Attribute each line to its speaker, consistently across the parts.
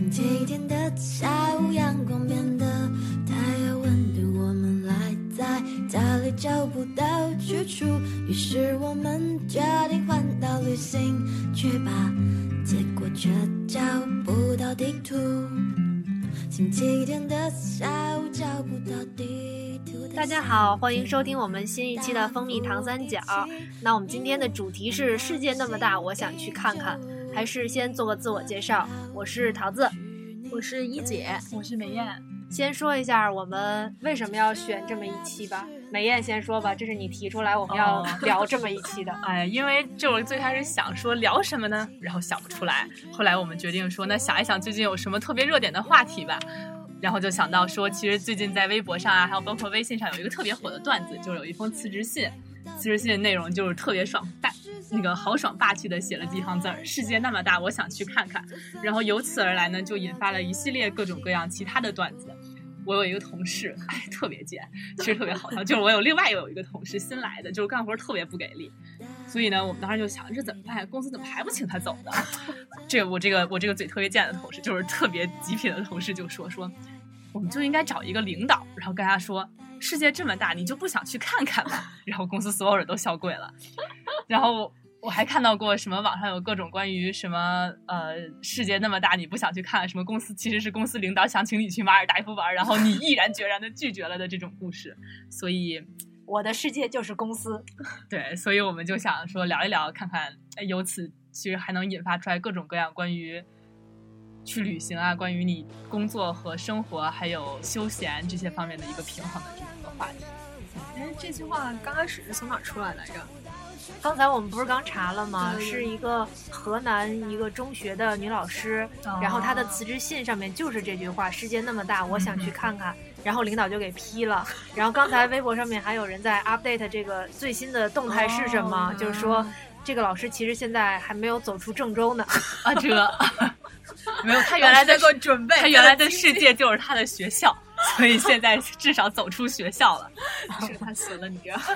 Speaker 1: 星期天的下午，阳光变得太阳温度，我们赖在家里找不到去处，于是我们决定环岛旅行，去吧，结果却找不到地图。星期天的下午找不到地图。
Speaker 2: 大家好，欢迎收听我们新一期的蜂蜜糖三角。那我们今天的主题是世界那么大，我想去看看。还是先做个自我介绍，我是桃子，
Speaker 3: 我是一姐，
Speaker 4: 我是美艳。
Speaker 2: 先说一下我们为什么要选这么一期吧。美艳先说吧，这是你提出来我们要聊这么一期的。
Speaker 4: 因为就我最开始想说聊什么呢，然后想不出来，后来我们决定说那想一想最近有什么特别热点的话题吧，然后就想到说其实最近在微博上啊，还有包括微信上有一个特别火的段子，就是有一封辞职信，辞职信的内容就是特别爽，那个豪爽霸气的写了几行字儿，世界那么大我想去看看，然后由此而来呢就引发了一系列各种各样其他的段子。我有一个同事特别贱，其实特别好笑，就是我另外有一个同事新来的，就是干活特别不给力，所以呢我们当时就想这怎么办，公司怎么还不请他走呢？我这个嘴特别贱的同事，就是特别极品的同事，就说我们就应该找一个领导，然后跟他说世界这么大你就不想去看看吗？然后公司所有人都笑跪了。然后我还看到过什么网上有各种关于什么世界那么大你不想去看，什么公司其实是公司领导想请你去马尔代夫玩，然后你毅然决然的拒绝了的这种故事。所以
Speaker 2: 我的世界就是公司。
Speaker 4: 对，所以我们就想说聊一聊，看看由此其实还能引发出来各种各样关于去旅行啊，关于你工作和生活还有休闲这些方面的一个平衡的这么一个话题。
Speaker 3: 这句话刚开始是从哪出来来着？
Speaker 2: 刚才我们不是刚查了吗？是一个河南一个中学的女老师，然后她的辞职信上面就是这句话，世界那么大我想去看看，然后领导就给批了。然后刚才微博上面还有人在 update 这个最新的动态是什么，就是说这个老师其实现在还没有走出郑州呢。
Speaker 4: 没有，他原来的
Speaker 3: 准备，
Speaker 4: 他原来的世界就是他的学校，所以现在至少走出学校了。是他死了，你知道？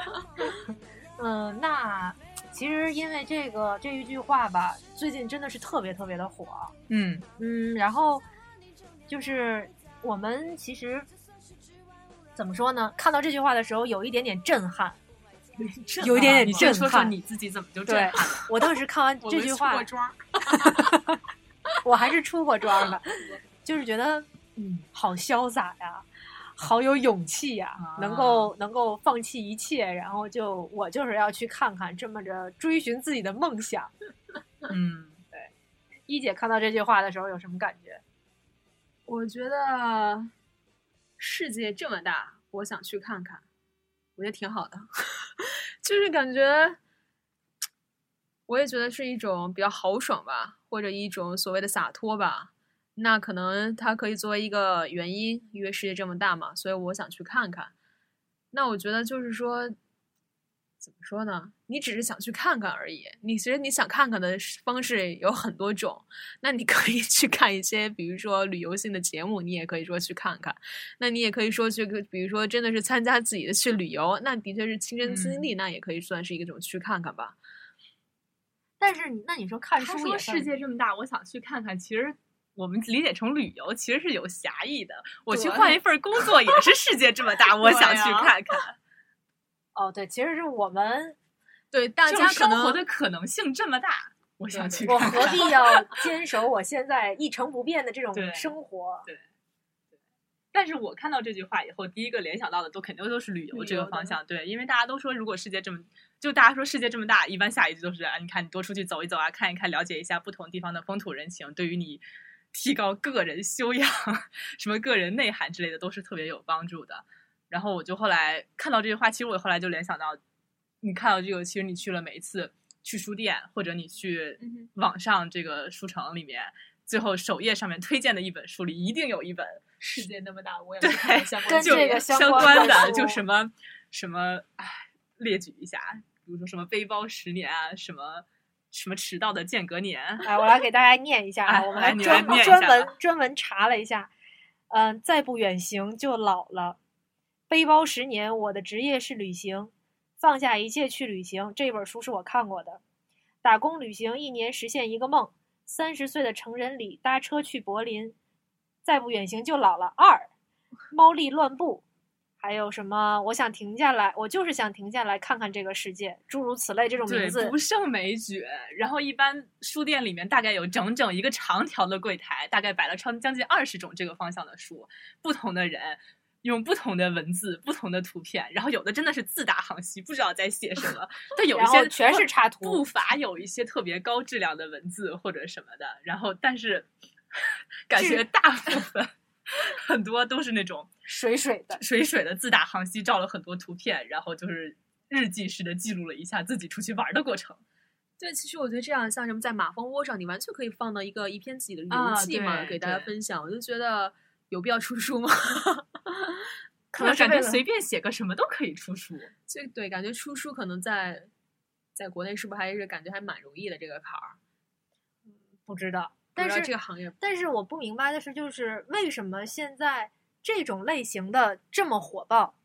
Speaker 2: 那其实因为这一句话吧，最近真的是特别特别的火。然后就是我们其实怎么说呢？看到这句话的时候，有一点点震撼。有一点点震撼。
Speaker 4: 你先说说你自己怎么就震撼？
Speaker 2: 对，我当时看完这句话，
Speaker 3: 我出过妆
Speaker 2: 我还是出过妆的，就是觉得好潇洒呀，好有勇气呀，能够放弃一切，然后我就是要去看看，这么着追寻自己的梦想。对。一姐看到这句话的时候有什么感觉？
Speaker 3: 我觉得世界这么大，我想去看看，我觉得挺好的。就是感觉我也觉得是一种比较豪爽吧，或者一种所谓的洒脱吧。那可能它可以作为一个原因，因为世界这么大嘛，所以我想去看看。那我觉得就是说怎么说呢，你只是想去看看而已，其实你想看看的方式有很多种。那你可以去看一些比如说旅游性的节目，你也可以说去看看，那你也可以说去比如说真的是参加自己的去旅游，那的确是亲身经历，那也可以算是一种去看看吧。
Speaker 2: 但是那你说看书也，
Speaker 4: 他说世界这么大我想去看看，其实我们理解成旅游其实是有狭义的，我去换一份工作也是世界这么大我想去看看。
Speaker 2: 对，其实是我们
Speaker 3: 对大家
Speaker 4: 生活的可能性这么大，我想去看看。
Speaker 2: 我何必要坚守我现在一成不变的这种生活？
Speaker 4: 对。但是我看到这句话以后，第一个联想到的肯定都是旅游这个方向。对，因为大家都说如果世界大家说世界这么大，一般下一句都是你看你多出去走一走啊，看一看，了解一下不同地方的风土人情，对于你提高个人修养什么个人内涵之类的都是特别有帮助的。然后我就后来看到这句话，其实我后来就联想到，你看到这个，其实你去了每一次去书店，或者你去网上这个书城里面，最后首页上面推荐的一本书里一定有一本
Speaker 3: 世界那么大我也
Speaker 2: 跟这个相
Speaker 4: 关的就什么列举一下，比如说什么背包10年啊，什么迟到的间隔年。
Speaker 2: 我来给大家念一下我们还专门查了一下。再不远行就老了。背包10年，我的职业是旅行，放下一切去旅行。这本书是我看过的。打工旅行1年实现一个梦， 30岁的成人礼，搭车去柏林，再不远行就老了2，猫力乱步，还有什么我想停下来，我就是想停下来看看这个世界，诸如此类这种名字
Speaker 4: 对，不胜枚举。然后一般书店里面大概有整整一个长条的柜台，大概摆了将近20种这个方向的书，不同的人用不同的文字不同的图片，然后有的真的是字大行稀，不知道在写什么但有一些
Speaker 2: 全是插图，
Speaker 4: 不乏有一些特别高质量的文字或者什么的，然后但是感觉大部分很多都是那种
Speaker 2: 水水
Speaker 4: 的字大行稀，照了很多图片，然后就是日记式的记录了一下自己出去玩的过程。
Speaker 3: 对，其实我觉得这样像什么在马蜂窝上，你完全可以放到一篇自己的游记嘛，给大家分享。我就觉得有必要出书吗？
Speaker 4: 可能感觉随便写个什么都可以出书。
Speaker 3: 对，感觉出书可能在国内是不是还是感觉还蛮容易的这个坎儿？
Speaker 2: 不知道。但是
Speaker 3: 这个行业，
Speaker 2: 但是我不明白的是，就是为什么现在这种类型的这么火爆？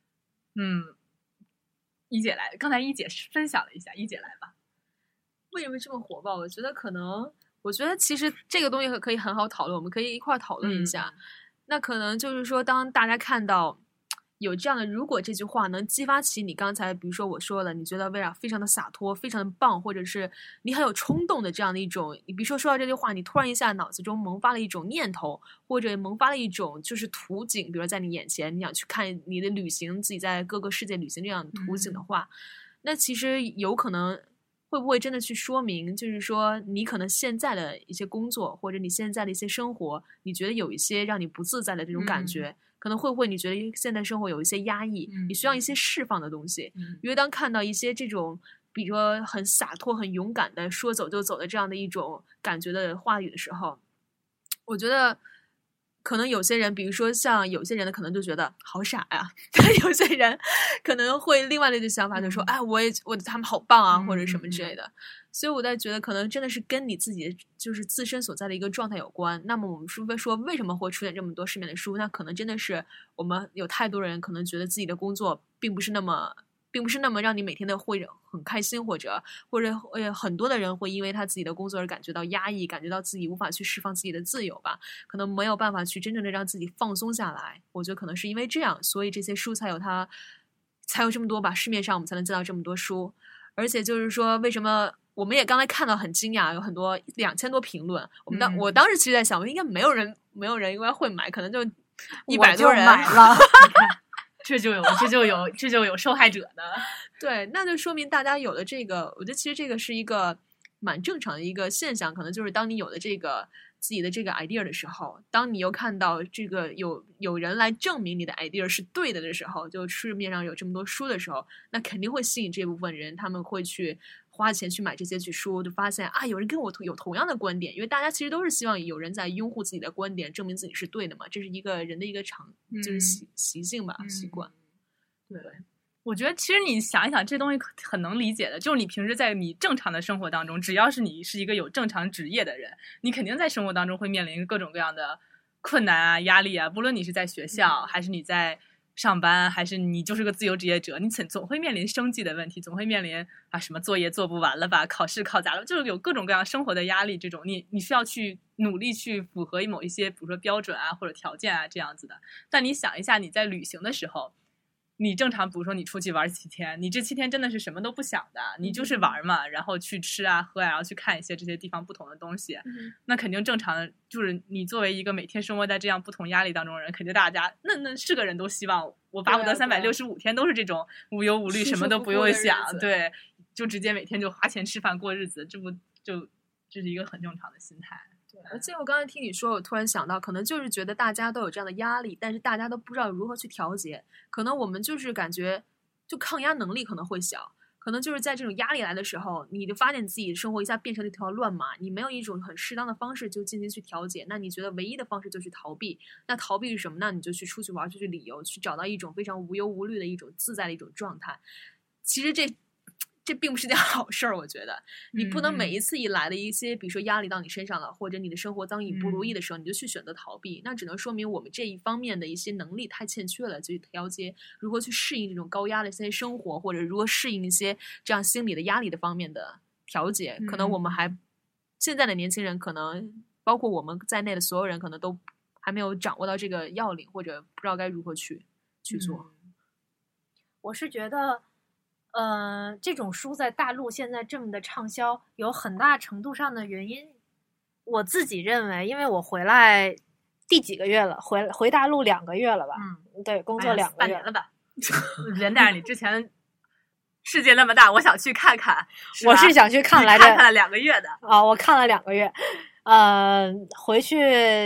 Speaker 4: 一姐来，刚才一姐分享了一下，一姐来吧。
Speaker 3: 为什么这么火爆？我觉得其实这个东西可以很好讨论，我们可以一块讨论一下。那可能就是说，当大家看到有这样的，如果这句话能激发起你刚才比如说我说了，你觉得薇娅非常的洒脱，非常的棒，或者是你很有冲动的这样的一种，你比如说到这句话，你突然一下脑子中萌发了一种念头，或者萌发了一种就是图景，比如说在你眼前，你想去看你的旅行，自己在各个世界旅行这样的图景的话，那其实有可能会不会真的去说明，就是说你可能现在的一些工作，或者你现在的一些生活，你觉得有一些让你不自在的这种感觉，可能会不会你觉得现在生活有一些压抑，你需要一些释放的东西。因为当看到一些这种比如说很洒脱很勇敢的说走就走的这样的一种感觉的话语的时候，我觉得可能有些人，比如说像有些人可能就觉得好傻呀，有些人可能会另外的一个想法就说，哎，他们好棒啊，或者什么之类的。所以我在觉得可能真的是跟你自己就是自身所在的一个状态有关。那么我们说为什么会出现这么多市面的书，那可能真的是我们有太多人可能觉得自己的工作并不是那么让你每天的会很开心，或者很多的人会因为他自己的工作而感觉到压抑，感觉到自己无法去释放自己的自由吧，可能没有办法去真正的让自己放松下来。我觉得可能是因为这样，所以这些书才有这么多吧，市面上我们才能见到这么多书。而且就是说为什么我们也刚才看到很惊讶，有很多2000多评论，我当时其实在想，应该没有人应该会买，可能就100多人
Speaker 2: 买了
Speaker 4: 这就有受害者的。
Speaker 3: 对，那就说明大家有了这个，我觉得其实这个是一个蛮正常的一个现象，可能就是当你有了这个自己的这个 idea 的时候，当你又看到这个有人来证明你的 idea 是对的时候，就市面上有这么多书的时候，那肯定会吸引这部分人，他们会去花钱去买这些书，就发现啊，有人跟我有同样的观点，因为大家其实都是希望有人在拥护自己的观点，证明自己是对的嘛，这是一个人的一个就是习性吧，习惯。对，
Speaker 4: 我觉得其实你想一想，这东西很能理解的，就是你平时在你正常的生活当中，只要是你是一个有正常职业的人，你肯定在生活当中会面临各种各样的困难啊、压力啊，不论你是在学校，还是你在上班，还是你就是个自由职业者，你总会面临生计的问题，总会面临什么作业做不完了吧，考试考砸了，就是有各种各样生活的压力，这种你需要去努力去符合某一些比如说标准啊或者条件啊这样子的。但你想一下，你在旅行的时候，你正常比如说你出去玩7天，你这7天真的是什么都不想的，你就是玩嘛，然后去吃啊喝啊，然后去看一些这些地方不同的东西，那肯定正常的，就是你作为一个每天生活在这样不同压力当中的人，肯定大家那是个人都希望我巴不得365天都是这种无忧无虑，什么都不用想，对，就直接每天就花钱吃饭过日子，这是一个很正常的心态。
Speaker 3: 而且我刚才听你说，我突然想到，可能就是觉得大家都有这样的压力，但是大家都不知道如何去调节。可能我们就是感觉，就抗压能力可能会小，可能就是在这种压力来的时候，你就发现自己的生活一下变成了一条乱麻，你没有一种很适当的方式就进行去调节。那你觉得唯一的方式就是逃避？那逃避是什么？那你就去出去玩，去旅游，去找到一种非常无忧无虑的一种自在的一种状态。其实这并不是件好事儿，我觉得你不能每一次一来的一些比如说压力到你身上了，或者你的生活当你不如意的时候，你就去选择逃避，那只能说明我们这一方面的一些能力太欠缺了，就去调节如何去适应这种高压的一些生活，或者如何适应一些这样心理的压力的方面的调节，可能我们还现在的年轻人可能包括我们在内的所有人，可能都还没有掌握到这个要领，或者不知道该如何去做。
Speaker 2: 我是觉得，这种书在大陆现在这么的畅销，有很大程度上的原因。我自己认为，因为我回来第几个月了，回大陆2个月了吧？对，工作2个月
Speaker 4: 半年了吧？人但是你之前世界那么大，我想去看看。
Speaker 2: 我是想去看来着，
Speaker 4: 看了2个月的
Speaker 2: 啊，我看了2个月，回去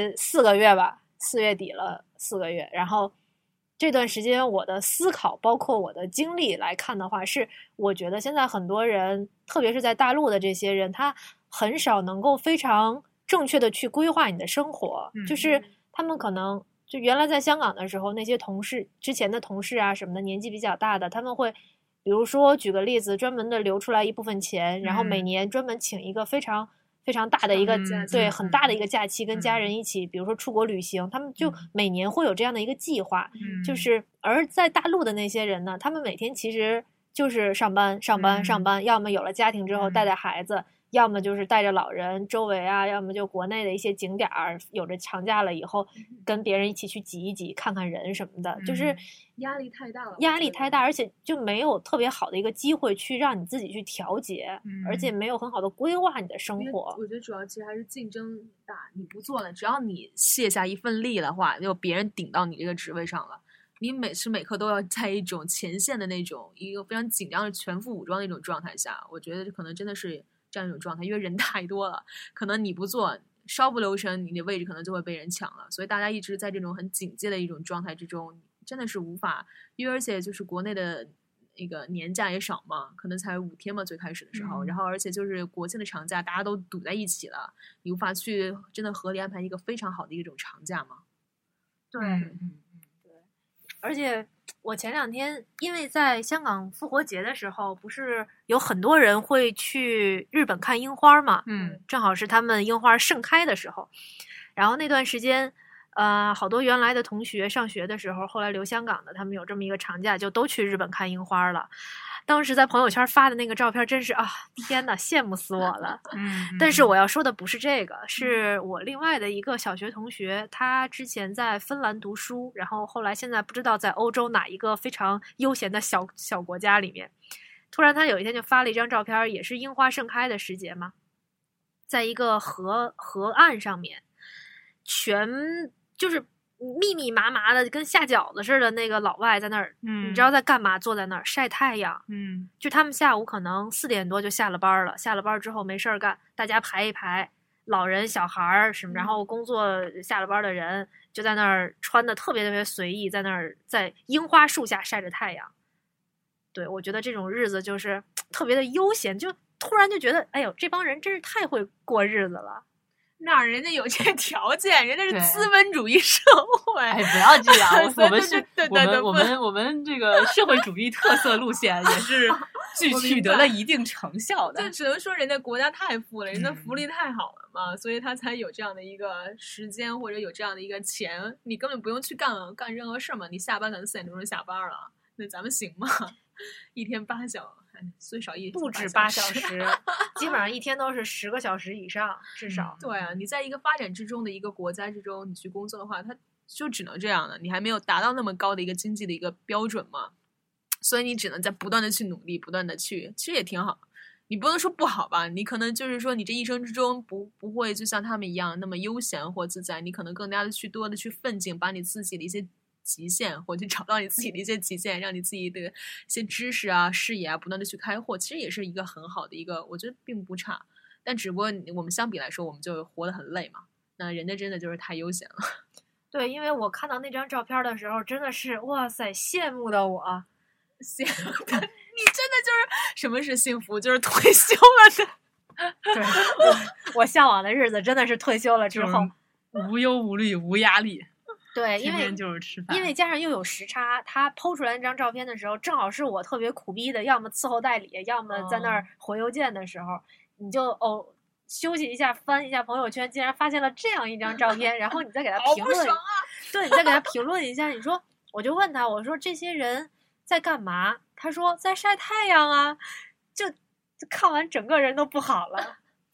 Speaker 2: 4个月吧，4月底了4个月，然后。这段时间我的思考，包括我的经历来看的话，是我觉得现在很多人，特别是在大陆的这些人，他很少能够非常正确的去规划你的生活，就是他们可能就原来在香港的时候，那些同事之前的同事啊什么的，年纪比较大的，他们会比如说举个例子，专门的留出来一部分钱，然后每年专门请一个非常大的一个对很大的一个假期，跟家人一起，比如说出国旅行，他们就每年会有这样的一个计划。就是而在大陆的那些人呢，他们每天其实就是上班，要么有了家庭之后带孩子，要么就是带着老人周围啊，要么就国内的一些景点儿，有着长假了以后跟别人一起去挤一挤，看看人什么的，就是
Speaker 3: 压力太大了，
Speaker 2: 而且就没有特别好的一个机会去让你自己去调节，而且没有很好的规划你的生活。
Speaker 3: 我觉得主要其实还是竞争大，你不做了，只要你卸下一份力的话，就别人顶到你这个职位上了。你每时每刻都要在一种前线的那种一个非常紧张的全副武装的一种状态下，我觉得可能真的是这样一种状态，因为人太多了，可能你不做稍不留神，你的位置可能就会被人抢了，所以大家一直在这种很警戒的一种状态之中，真的是无法，因为而且就是国内的那个年假也少嘛，可能才5天嘛，最开始的时候，然后而且就是国庆的长假大家都堵在一起了，你无法去真的合理安排一个非常好的一种长假嘛。
Speaker 2: 对，而且我前2天因为在香港复活节的时候，不是有很多人会去日本看樱花嘛，正好是他们樱花盛开的时候，然后那段时间好多原来的同学上学的时候，后来留香港的，他们有这么一个长假，就都去日本看樱花了。当时在朋友圈发的那个照片，真是天哪，羡慕死我了。但是我要说的不是这个，是我另外的一个小学同学，他之前在芬兰读书，然后后来现在不知道在欧洲哪一个非常悠闲的小国家里面，突然他有一天就发了一张照片，也是樱花盛开的时节嘛，在一个河岸上面，全就是密密麻麻的跟下饺子似的，那个老外在那儿，你知道在干嘛？坐在那儿晒太阳。就他们下午可能4点多就下了班了，下了班之后没事儿干，大家排一排，老人小孩什么，然后工作下了班的人就在那儿穿的特别特别随意，在那儿在樱花树下晒着太阳。对，我觉得这种日子就是特别的悠闲，就突然就觉得，哎呦，这帮人真是太会过日子了。
Speaker 3: 那人家有这个条件，人家是资本主义社会。
Speaker 4: 哎，不要这样，我们这个社会主义特色路线也是取得了一定成效的。
Speaker 3: 就只能说人家国家太富了，人家福利太好了嘛，所以他才有这样的一个时间或者有这样的一个钱，你根本不用去干任何事嘛，你下班可能4点钟就下班了，那咱们行吗？1天8小时，最少
Speaker 2: 不止8小时，基本上1天都是10个小时以上，至少。
Speaker 3: 对啊，你在一个发展之中的一个国家之中，你去工作的话，它就只能这样了。你还没有达到那么高的一个经济的一个标准嘛，所以你只能在不断的去努力，不断的去，其实也挺好。你不能说不好吧？你可能就是说，你这一生之中不会就像他们一样那么悠闲或自在，你可能更加的多的去奋进，把你自己的一些极限，或者找到你自己的一些极限，让你自己的一些知识啊、视野啊，不断的去开阔，其实也是一个很好的一个，我觉得并不差。但只不过我们相比来说，我们就活得很累嘛。那人家真的就是太悠闲了。
Speaker 2: 对，因为我看到那张照片的时候，真的是哇塞，羡慕的我，
Speaker 3: 羡慕的你真的就是什么是幸福，就是退休了的。
Speaker 2: 对，我向往的日子真的是退休了之后，
Speaker 4: 无忧无虑、无压力。
Speaker 2: 对，因为
Speaker 4: 就是吃饭，
Speaker 2: 因为加上又有时差，他剖出来那张照片的时候，正好是我特别苦逼的，要么伺候代理，要么在那儿回邮件的时候，你就休息一下，翻一下朋友圈，竟然发现了这样一张照片，然后你再给他评论，
Speaker 3: 好不爽啊！
Speaker 2: 对，你再给他评论一下，你说，我就问他，我说这些人在干嘛？他说在晒太阳啊，就看完整个人都不好了。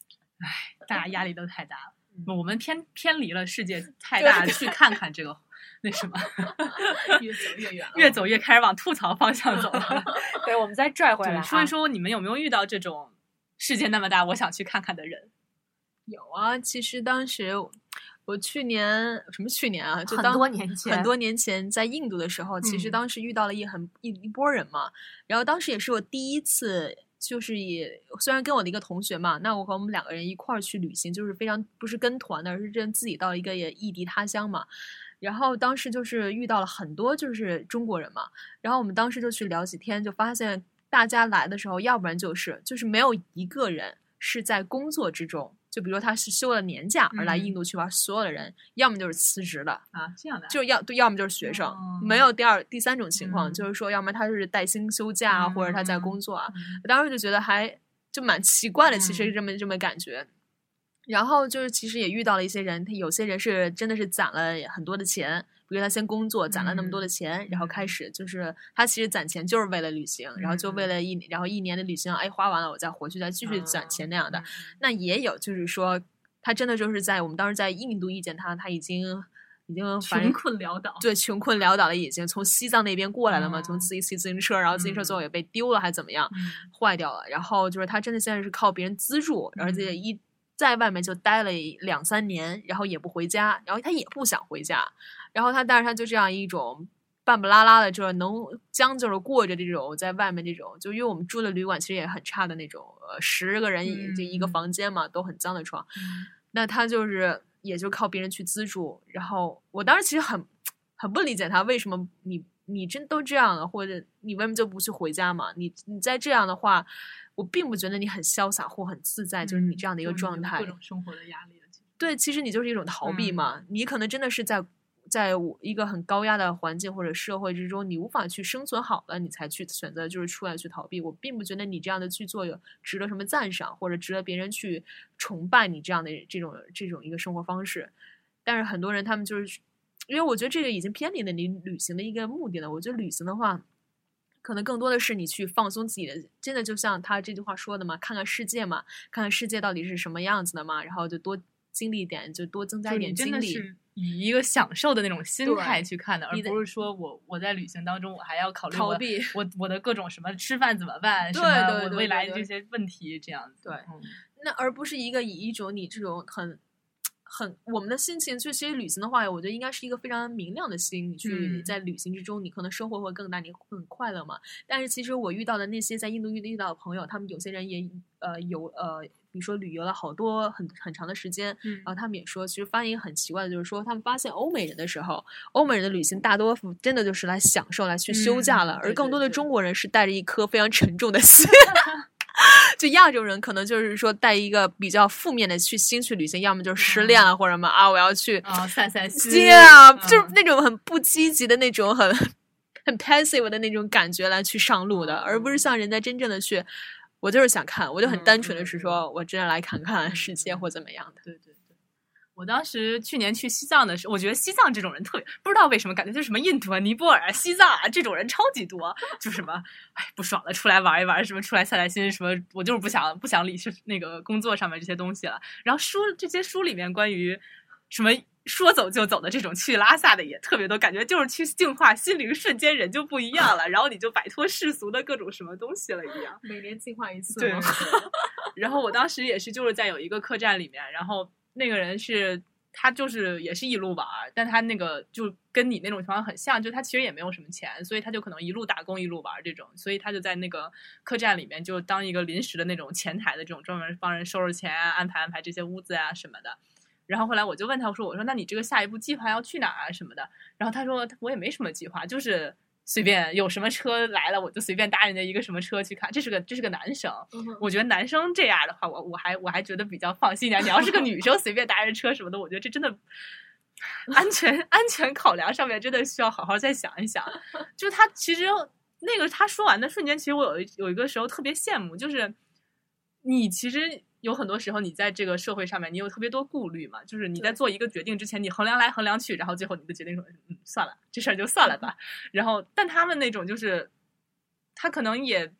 Speaker 4: 大家压力都太大了。我们偏离了世界太大，去看看这个那什么，
Speaker 3: 越走越远了，
Speaker 4: 越走越开始往吐槽方向走了。
Speaker 2: 对，我们再拽回来，
Speaker 4: 说一说你们有没有遇到这种世界那么大，我想去看看的人？
Speaker 3: 有啊，其实当时我去年啊，就
Speaker 2: 很多年前
Speaker 3: 在印度的时候，其实当时遇到了一波人嘛，然后当时也是我第一次。就是虽然跟我的一个同学嘛，那我和我们2个人一块儿去旅行，就是非常不是跟团的，而是真自己到了一个异地他乡嘛。然后当时就是遇到了很多就是中国人嘛，然后我们当时就去聊几天，就发现大家来的时候，要不然就是没有一个人是在工作之中。就比如说他是休了年假而来印度去玩，所有的人要么就是辞职的
Speaker 4: 啊，这样的，
Speaker 3: 就要么就是学生，没有第三种情况，就是说要么他是带薪休假啊，或者他在工作啊。我当时就觉得还就蛮奇怪的，其实这么感觉。然后就是其实也遇到了一些人，他有些人是真的是攒了很多的钱，比如他先工作攒了那么多的钱，然后开始就是他其实攒钱就是为了旅行，然后就为了一年的旅行，花完了我再回去再继续攒钱那样的。那也有就是说他真的就是在我们当时在印度遇见他已经
Speaker 4: 穷困潦倒，
Speaker 3: 对，穷困潦倒了，已经从西藏那边过来了嘛，从自己骑自行车，然后自行车最后也被丢了还怎么样，坏掉了。然后就是他真的现在是靠别人资助，而且在外面就待了2-3年，然后也不回家，然后他也不想回家，然后但是他就这样一种半不拉拉的，就是能将就着过着这种在外面这种，就因为我们住的旅馆其实也很差的那种，10个人就一个房间嘛，都很脏的床，那他就是也就靠别人去资助。然后我当时其实很不理解他为什么你真都这样了，或者你为什么就不去回家嘛？你再这样的话，我并不觉得你很潇洒或很自在，就是你这样的一个状态，
Speaker 4: 各种生活的压力了。
Speaker 3: 对，其实你就是一种逃避嘛。你可能真的是在一个很高压的环境或者社会之中，你无法去生存好了，你才去选择就是出来去逃避。我并不觉得你这样的去做有值得什么赞赏，或者值得别人去崇拜你这样的这种一个生活方式。但是很多人他们就是因为我觉得这个已经偏离了你旅行的一个目的了。我觉得旅行的话可能更多的是你去放松自己的，真的就像他这句话说的嘛，看看世界嘛，看看世界到底是什么样子的嘛，然后就多经历一点，就多增加一点经历。
Speaker 4: 真的是以一个享受的那种心态去看的，而不是说我在旅行当中我还要考虑
Speaker 3: 逃避
Speaker 4: 我的各种什么吃饭怎么办，
Speaker 3: 对
Speaker 4: 什么我未来这些问题这样子。
Speaker 3: 对，那而不是以一种你这种很我们的心情，就其实旅行的话，我觉得应该是一个非常明亮的心，你去在旅行之中，你可能收获会更大，你会很快乐嘛。但是其实我遇到的那些在印度遇到的朋友，他们有些人也比如说旅游了好多很长的时间，然后他们也说，其实发现一个很奇怪的，就是说他们发现欧美人的时候，欧美人的旅行大多真的就是来享受、来去休假了，而更多的中国人是带着一颗非常沉重的心。就亚洲人可能就是说带一个比较负面的心去旅行，要么就是失恋了，或者什么我要去
Speaker 4: 散心，
Speaker 3: 就是那种很不积极的那种很 passive 的那种感觉来去上路的，而不是像人家真正的去，我就是想看，我就很单纯的是说我真的来看看世界或怎么样的。
Speaker 4: 对。我当时去年去西藏的时候，我觉得西藏这种人特别，不知道为什么感觉就是什么印度啊、尼泊尔啊、西藏啊这种人超级多，就什么不爽了出来玩一玩，什么出来散散心，什么我就是不想理那个工作上面这些东西了。然后这些书里面关于什么说走就走的这种去拉萨的也特别多，感觉就是去净化心灵，瞬间人就不一样了，然后你就摆脱世俗的各种什么东西了一样。
Speaker 3: 每年净化一次。
Speaker 4: 对。然后我当时也是就是在有一个客栈里面，然后那个人他就是也是一路玩，但他那个就跟你那种情况很像，就他其实也没有什么钱，所以他就可能一路打工一路玩这种，所以他就在那个客栈里面就当一个临时的那种前台的这种，专门帮人收拾钱啊、安排这些屋子啊什么的。然后后来我就问他，我说那你这个下一步计划要去哪儿啊什么的？然后他说我也没什么计划，就是随便有什么车来了我就随便搭人家一个什么车去看。这是个男生，我觉得男生这样的话我还觉得比较放心一点。你要是个女生随便搭人车什么的，我觉得这真的安全考量上面真的需要好好再想一想。就他其实那个他说完的瞬间，其实我有一个时候特别羡慕，就是你其实有很多时候你在这个社会上面你有特别多顾虑嘛，就是你在做一个决定之前你衡量来衡量去，然后最后你的决定说算了，这事儿就算了吧。然后但他们那种就是他可能也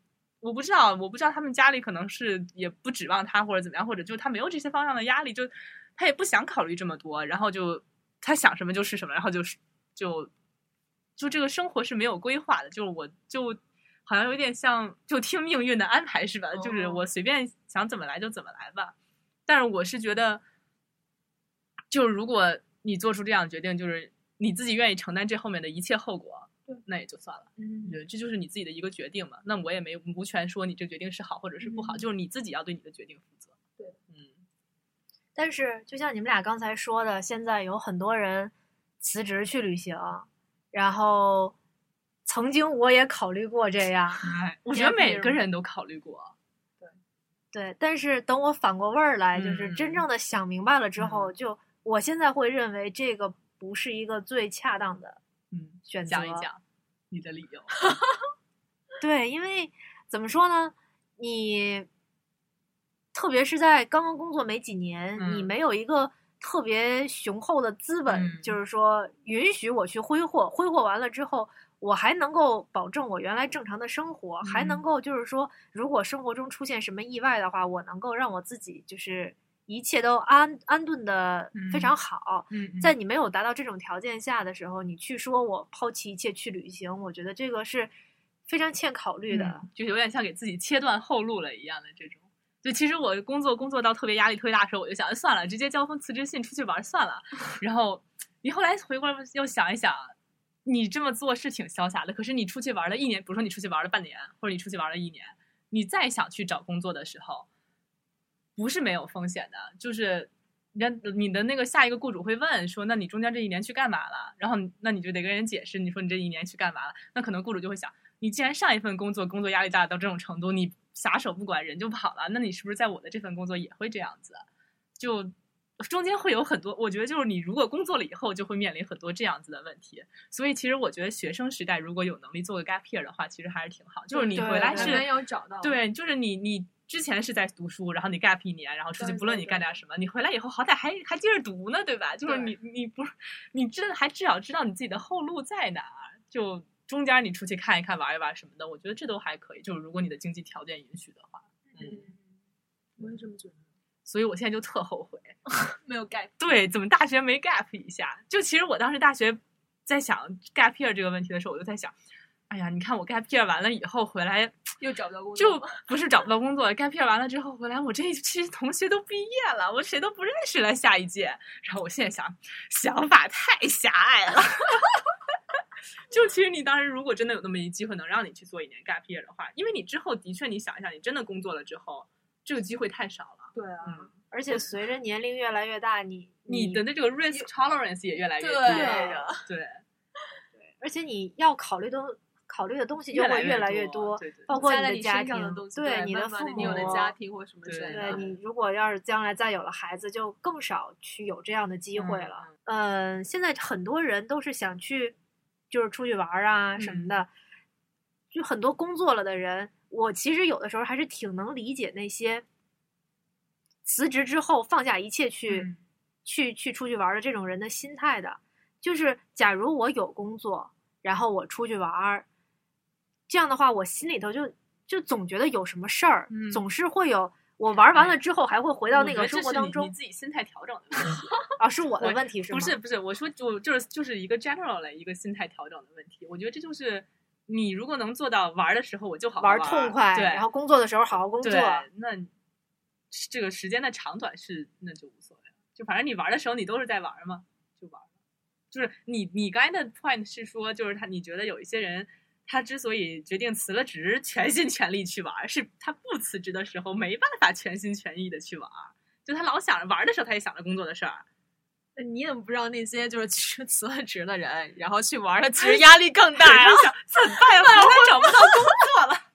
Speaker 4: 我不知道他们家里可能是也不指望他或者怎么样，或者就他没有这些方向的压力，就他也不想考虑这么多，然后就他想什么就是什么，然后就这个生活是没有规划的，就是我就好像有点像就听命运的安排是吧？就是我随便想怎么来就怎么来吧。但是我是觉得，就是如果你做出这样的决定，就是你自己愿意承担这后面的一切后果，那也就算了。我觉得这就是你自己的一个决定嘛。那我也无权说你这决定是好或者是不好，就是你自己要对你的决定负责。
Speaker 3: 对，
Speaker 2: 但是就像你们俩刚才说的，现在有很多人辞职去旅行，然后曾经我也考虑过这样。
Speaker 4: 我觉得每个人都考虑过。
Speaker 2: 对，但是等我反过味儿来，就是真正的想明白了之后，就我现在会认为这个不是一个最恰当的选择。
Speaker 4: 讲一讲你的理由。
Speaker 2: 对，因为怎么说呢，你特别是在刚刚工作没几年，你没有一个特别雄厚的资本，就是说允许我去挥霍完了之后，我还能够保证我原来正常的生活，还能够就是说，如果生活中出现什么意外的话，我能够让我自己就是一切都安顿的非常好。在你没有达到这种条件下的时候，你去说我抛弃一切去旅行，我觉得这个是非常欠考虑的，
Speaker 4: 就有点像给自己切断后路了一样的这种。就其实我工作到特别压力特别大的时候，我就想算了，直接交封辞职信出去玩算了。然后你后来回过来又想一想，你这么做是挺潇洒的，可是你出去玩了1年，比如说你出去玩了半年，或者你出去玩了1年，你再想去找工作的时候，不是没有风险的，就是你的那个下一个雇主会问说，那你中间这1年去干嘛了？然后那你就得跟人解释，你说你这1年去干嘛了？那可能雇主就会想，你既然上一份工作压力大到这种程度，你撒手不管人就跑了，那你是不是在我的这份工作也会这样子？就中间会有很多，我觉得就是你如果工作了以后，就会面临很多这样子的问题。所以其实我觉得学生时代如果有能力做个 gap year 的话，其实还是挺好。就是你回来是
Speaker 3: 没有找到，
Speaker 4: 对，就是你之前是在读书，然后你 gap 1年，然后出去不论你干点什么，你回来以后好歹还接着读呢，对吧？就是你至少知道你自己的后路在哪儿，就中间你出去看一看玩一玩什么的，我觉得这都还可以，就是如果你的经济条件允许的话。
Speaker 3: 我也这么觉得。
Speaker 4: 所以我现在就特后悔
Speaker 3: 没有 gap。
Speaker 4: 对，怎么大学没 gap 一下？就其实我当时大学在想 gap year 这个问题的时候，我就在想，哎呀，你看我 gap year 完了以后回来
Speaker 3: 又找不到工作，
Speaker 4: 就不是找不到工作，gap year 完了之后回来，我这一期同学都毕业了，我谁都不认识了，下一届。然后我现在想法太狭隘了。就其实你当时如果真的有那么一机会能让你去做1年 gap year 的话，因为你之后的确你想一想，你真的工作了之后，这个机会太少了。
Speaker 3: 对啊，
Speaker 2: 而且随着年龄越来越大，你
Speaker 4: 的这个 risk tolerance 也越来越低。对，
Speaker 2: 而且你要考虑的东西就会越来越多，包括你的家庭，对你的父母，
Speaker 3: 你有的家庭或什么之类的。
Speaker 2: 对，你如果要是将来再有了孩子，就更少去有这样的机会了。现在很多人都是想去，就是出去玩啊什么的，就很多工作了的人，我其实有的时候还是挺能理解那些辞职之后放下一切去出去玩的这种人的心态的。就是假如我有工作，然后我出去玩，这样的话我心里头就总觉得有什么事儿，总是会有，我玩完了之后还会回到那个生活当中。
Speaker 4: 你自己心态调整的问题
Speaker 2: 啊，是我的问题是吗？
Speaker 4: 不是，我说就是一个 general 的一个心态调整的问题。我觉得这就是你如果能做到玩的时候我就好好
Speaker 2: 玩痛快，
Speaker 4: 对，
Speaker 2: 然后工作的时候好好工作，
Speaker 4: 那这个时间的长短那就无所谓了。就反正你玩的时候你都是在玩嘛，就玩。就是你刚才的 point 是说，就是你觉得有一些人他之所以决定辞了职全心全力去玩，是他不辞职的时候没办法全心全意的去玩，就他老想着玩的时候他也想着工作的事儿。
Speaker 3: 你怎么不知道那些就是辞了职的人然后去玩的其实压力更大呀？
Speaker 4: 想怎么办呀？我还找不到工作了。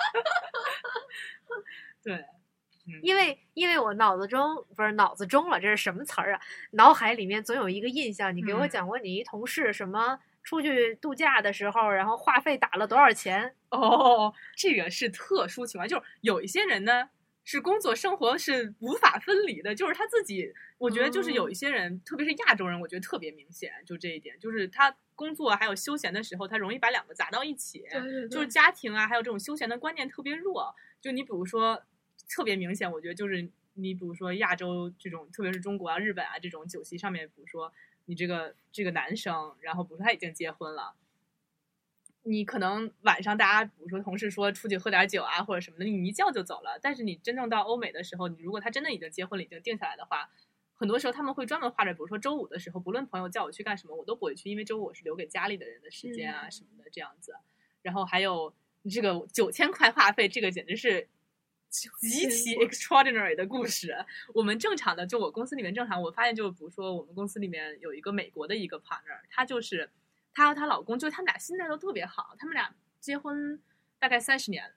Speaker 4: 对，
Speaker 2: 因为我脑子中了，这是什么词儿啊？脑海里面总有一个印象，你给我讲过你一同事什么出去度假的时候，然后话费打了多少钱？
Speaker 4: 哦，这个是特殊情况，就是有一些人呢是工作生活是无法分离的，就是他自己，我觉得就是有一些人，特别是亚洲人，我觉得特别明显，就这一点，就是他工作还有休闲的时候，他容易把两个砸到一起，就是家庭啊，还有这种休闲的观念特别弱。就你比如说，特别明显，我觉得就是你比如说亚洲这种，特别是中国啊、日本啊这种酒席上面，比如说你这个男生，然后比如说他已经结婚了。你可能晚上大家比如说同事说出去喝点酒啊或者什么的，你一觉就走了。但是你真正到欧美的时候，你如果他真的已经结婚了，已经定下来的话，很多时候他们会专门画着，比如说周五的时候，不论朋友叫我去干什么，我都不会去，因为周五我是留给家里的人的时间啊什么的这样子。然后还有这个9000块话费，这个简直是极其 extraordinary 的故事。我们正常的，就我公司里面正常，我发现就比如说我们公司里面有一个美国的一个 partner， 他就是她和她老公，就是他们俩心态都特别好，他们俩结婚大概20年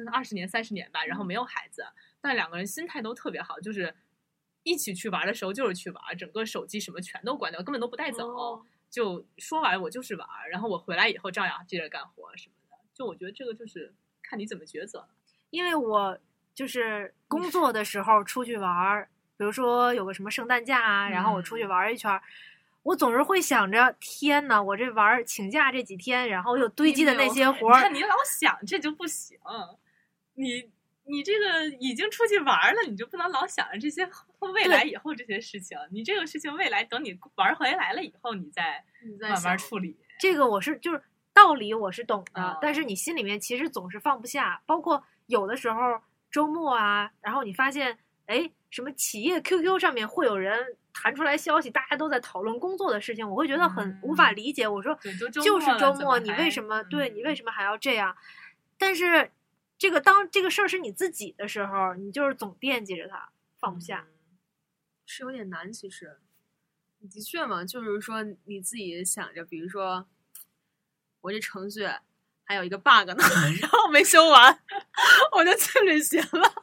Speaker 4: 30年吧，然后没有孩子，但两个人心态都特别好，就是一起去玩的时候就是去玩，整个手机什么全都关掉，根本都不带走，就说完我就是玩，然后我回来以后照样接着干活什么的。就我觉得这个就是看你怎么抉择。
Speaker 2: 因为我就是工作的时候出去玩，比如说有个什么圣诞假啊，然后我出去玩一圈，我总是会想着，天哪，我这玩请假这几天，然后又堆积的那些活儿，
Speaker 4: 你老想这就不行。你这个已经出去玩了，你就不能老想着这些未来以后这些事情。你这个事情未来等你玩回来了以后，你再慢慢处理。
Speaker 2: 这个我是就是道理我是懂的，但是你心里面其实总是放不下。包括有的时候周末啊，然后你发现，哎，什么企业 QQ 上面会有人弹出来消息，大家都在讨论工作的事情，我会觉得很无法理解。我说就是周末，你为什么你为什么还要这样？但是这个当这个事儿是你自己的时候，你就是总惦记着它，放不下，
Speaker 3: 是有点难。其实的确嘛，就是说你自己想着，比如说我这程序还有一个 bug 呢，然后没修完，我就去旅行了。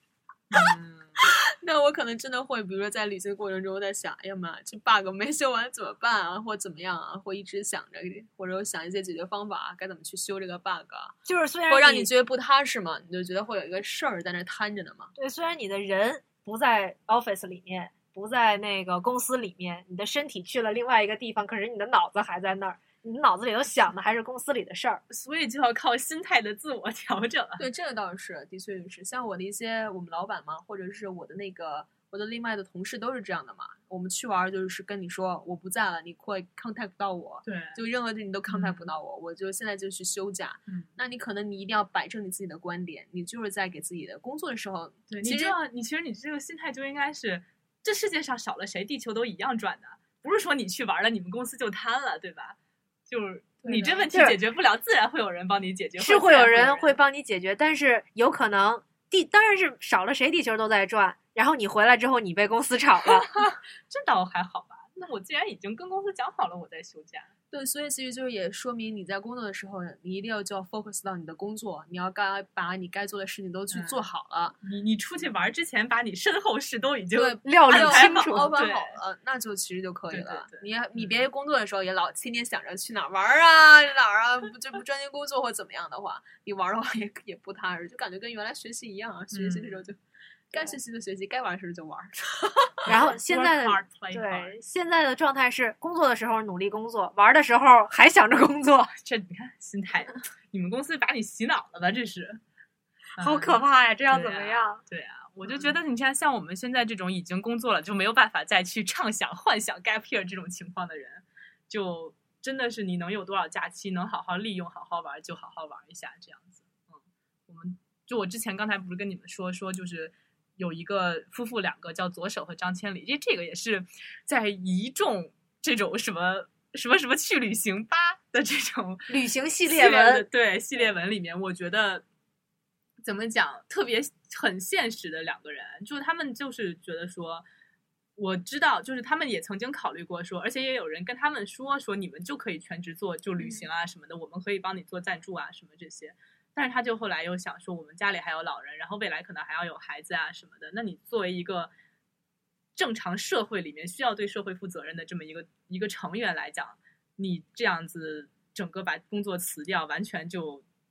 Speaker 3: 那我可能真的会，比如说在旅行过程中，我在想，哎呀妈，这 bug 没修完怎么办啊，或怎么样啊，或一直想着，或者想一些解决方法，该怎么去修这个 bug，
Speaker 2: 就是虽然
Speaker 3: 会让你觉得不踏实嘛，你就觉得会有一个事儿在那摊着呢嘛。
Speaker 2: 对，虽然你的人不在 office 里面，不在那个公司里面，你的身体去了另外一个地方，可是你的脑子还在那儿。你脑子里头想的还是公司里的事儿，
Speaker 4: 所以就要靠心态的自我调整。
Speaker 3: 对，这个倒是，的确是。像我的一些我们老板嘛，或者是我的另外的同事都是这样的嘛。我们去玩就是跟你说我不在了，你会 contact 不到我，
Speaker 4: 对，
Speaker 3: 就任何事情都 contact 不到我，我就现在就去休假。那你可能你一定要摆正你自己的观点，你就是在给自己的工作的时候，
Speaker 4: 对，其实你这个心态就应该是，这世界上少了谁，地球都一样转的，不是说你去玩了，你们公司就瘫了，对吧？就是你这问题解决不了，自然会有人帮你解决，
Speaker 2: 是会有人会帮你解决，但是有可能当然是少了谁地球都在转，然后你回来之后你被公司炒了，
Speaker 4: 这倒还好吧。那我既然已经跟公司讲好了我在休假，
Speaker 3: 对，所以其实就是也说明你在工作的时候，你一定就要 focus 到你的工作，你要把你该做的事情都去做好了。
Speaker 4: 你出去玩之前，把你身后事都已经
Speaker 2: 料理清楚、
Speaker 3: 安排好了，那就其实就可以了。你别工作的时候也老天天想着去哪儿玩啊，哪儿啊，就不专心工作或怎么样的话，你玩的话也不踏实，就感觉跟原来学习一样啊。学习的时候就该学习的学习，该玩的时候就玩。
Speaker 2: 然后现在的状态是，工作的时候努力工作，玩的时候还想着工作。
Speaker 4: 这你看心态，你们公司把你洗脑了吧？这是，
Speaker 2: 好可怕呀！这样怎么样？
Speaker 4: 对啊，我就觉得你看，像我们现在这种已经工作了，就没有办法再去畅想、幻想 gap year 这种情况的人，就真的是你能有多少假期，能好好利用、好好玩就好好玩一下，这样子。我之前刚才不是跟你们说就是有一个夫妇两个叫左手和张千里，因为这个也是在一众这种什么去旅行吧的这种
Speaker 2: 旅行系列文，
Speaker 4: 对系列文里面，我觉得怎么讲，特别很现实的两个人，就是他们就是觉得说，我知道，就是他们也曾经考虑过说，而且也有人跟他们说你们就可以全职做就旅行啊什么的，我们可以帮你做赞助啊什么这些。但是他就后来又想说，我们家里还有老人，然后未来可能还要有孩子啊什么的。那你作为一个正常社会里面需要对社会负责任的这么一个成员来讲，你这样子整个把工作辞掉，完全就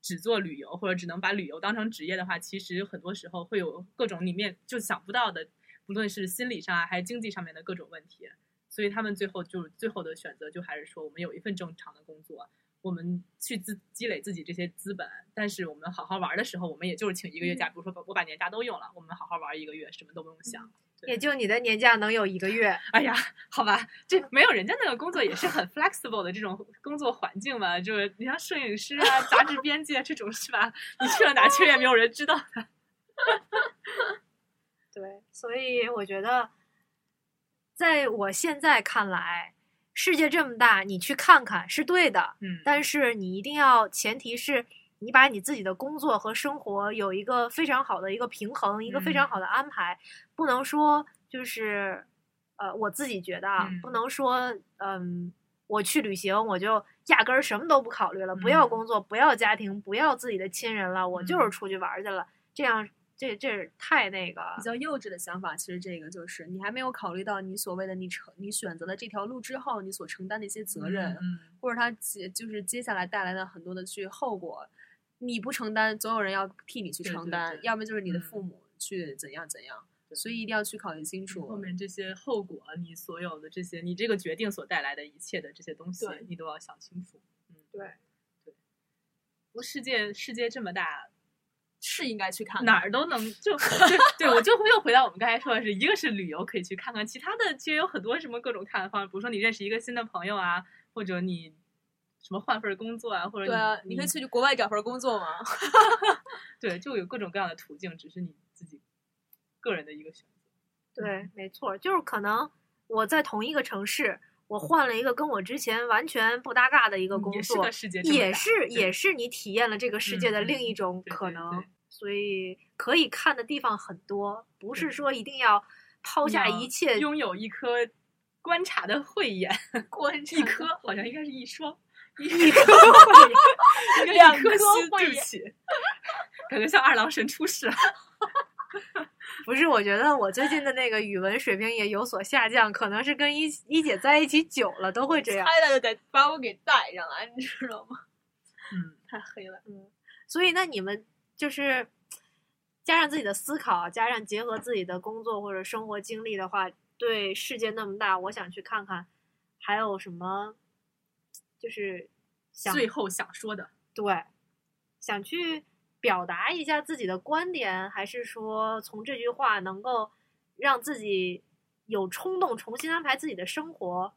Speaker 4: 只做旅游或者只能把旅游当成职业的话，其实很多时候会有各种里面就想不到的，不论是心理上啊还是经济上面的各种问题。所以他们最后的选择就还是说，我们有一份正常的工作，我们去积累自己这些资本，但是我们好好玩的时候，我们也就是请1个月假，比如说我把年假都用了，我们好好玩1个月，什么都不用想。
Speaker 2: 也就你的年假能有1个月。
Speaker 4: 哎呀，好吧，这没有人家那个工作也是很 flexible 的这种工作环境嘛，就是你像摄影师啊、杂志编辑啊这种是吧？你去了哪去也没有人知道的。
Speaker 2: 对，所以我觉得，在我现在看来，世界这么大，你去看看是对的。但是你一定要，前提是你把你自己的工作和生活有一个非常好的一个平衡，一个非常好的安排，不能说就是我自己觉得啊，不能说我去旅行我就压根儿什么都不考虑了，不要工作，不要家庭，不要自己的亲人了，我就是出去玩去了，这样这是太那个
Speaker 3: 比较幼稚的想法。其实这个就是你还没有考虑到你所谓的你选择了这条路之后你所承担的一些责任，或者他就是接下来带来的很多的后果，你不承担，总有人要替你去承担，对对对，要么就是你的父母去怎样怎样。所以一定要去考虑清楚
Speaker 4: 后面这些后果，你所有的这些，你这个决定所带来的一切的这些东西，你都要想清楚。
Speaker 3: 对。
Speaker 4: 不过世界这么大，
Speaker 3: 是应该去看看，
Speaker 4: 哪儿都能对，我就又回到我们刚才说的是，一个是旅游可以去看看，其他的其实有很多什么各种看的方式，比如说你认识一个新的朋友啊，或者你什么换份工作啊，或者
Speaker 3: 对啊，你可以去国外找份工作嘛。
Speaker 4: 对，就有各种各样的途径，只是你自己个人的一个选择。
Speaker 2: 对，没错，就是可能我在同一个城市，我换了一个跟我之前完全不搭嘎的一个工作，也是你体验了这个世界的另一种可能。
Speaker 4: 对对对，
Speaker 2: 所以可以看的地方很多，不是说一定要抛下一切，
Speaker 4: 拥有一颗观察的慧眼，一颗好像应该是一双，一颗慧眼，2颗心，对不起，感觉像2郎神出世了。
Speaker 2: 不是，我觉得我最近的那个语文水平也有所下降，可能是跟一姐在一起久了都会这样。
Speaker 3: 猜了就得把我给带上来，你知道吗？太黑了。
Speaker 2: 所以那你们就是加上自己的思考，加上结合自己的工作或者生活经历的话，对世界那么大，我想去看看，还有什么就是
Speaker 4: 最后想说的，
Speaker 2: 对，想去表达一下自己的观点，还是说从这句话能够让自己有冲动重新安排自己的生活？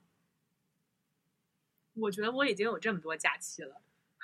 Speaker 4: 我觉得我已经有这么多假期了，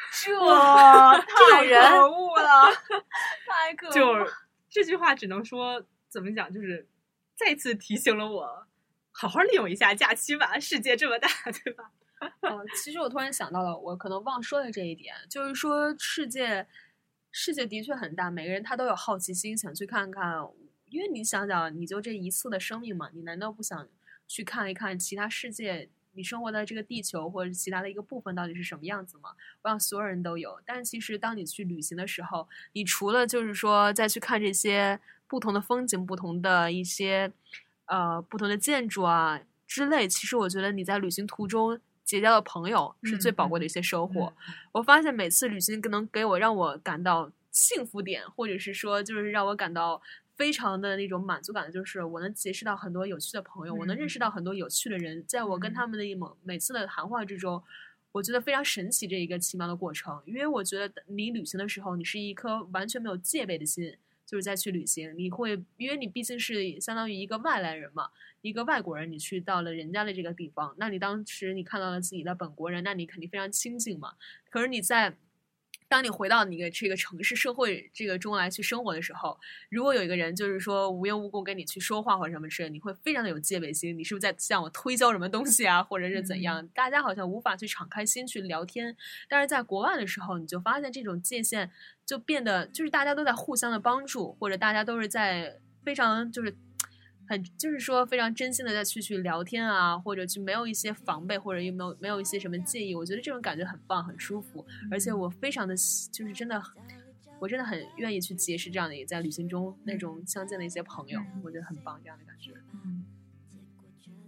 Speaker 3: 太可恶了，太可恶了。
Speaker 4: 就是这句话只能说怎么讲，就是再次提醒了我好好利用一下假期吧，世界这么大，对吧？
Speaker 3: 其实我突然想到了，我可能忘说的这一点，就是说世界的确很大，每个人他都有好奇心，想去看看。因为你想想，你就这一次的生命嘛，你难道不想去看一看其他世界，你生活在这个地球或者其他的一个部分到底是什么样子吗？我想所有人都有。但是其实当你去旅行的时候，你除了就是说再去看这些不同的风景、不同的一些不同的建筑啊之类，其实我觉得你在旅行途中结交的朋友是最宝贵的一些收获。我发现每次旅行能让我感到幸福点，或者是说就是让我感到非常的那种满足感的，就是我能结识到很多有趣的朋友，我能认识到很多有趣的人，在我跟他们的每次的谈话之中，我觉得非常神奇这一个奇妙的过程。因为我觉得你旅行的时候，你是一颗完全没有戒备的心，就是在去旅行，你会因为你毕竟是相当于一个外来人嘛，一个外国人，你去到了人家的这个地方，那你当时你看到了自己的本国人，那你肯定非常亲近嘛。可是当你回到你的这个城市社会这个中来去生活的时候，如果有一个人就是说无缘无故跟你去说话或者什么事，你会非常的有戒备心，你是不是在向我推销什么东西啊，或者是怎样？大家好像无法去敞开心去聊天。但是在国外的时候，你就发现这种界限就变得就是大家都在互相的帮助，或者大家都是在非常就是说非常真心的在去聊天啊，或者去没有一些防备，或者没有一些什么介意。我觉得这种感觉很棒，很舒服，而且我非常的就是我真的很愿意去结识这样的也在旅行中那种相见的一些朋友，我觉得很棒这样的感觉。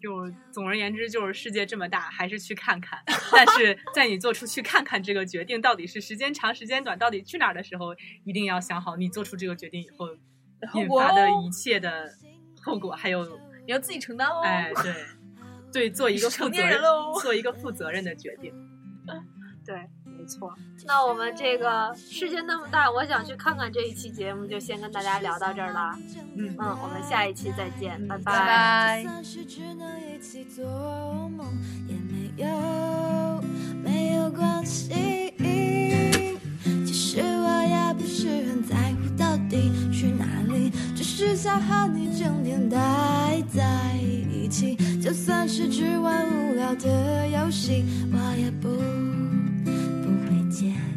Speaker 4: 就总而言之，就是世界这么大，还是去看看。但是在你做出去看看这个决定，到底是时间长时间短，到底去哪儿的时候，一定要想好你做出这个决定以后引发的一切的后果，还有
Speaker 3: 你要自己承担哦。
Speaker 4: 哎，对，做一个负责任的决定。
Speaker 2: 对，没错。那我们这个世界那么大，我想去看看这一期节目就先跟大家聊到这儿了。我们下一期再见，拜拜。
Speaker 4: 拜拜。
Speaker 1: 没有关系，其实我也不是很在乎到底去哪里，只是想和你整天待在一起，就算是只玩无聊的游戏，我也不会介意。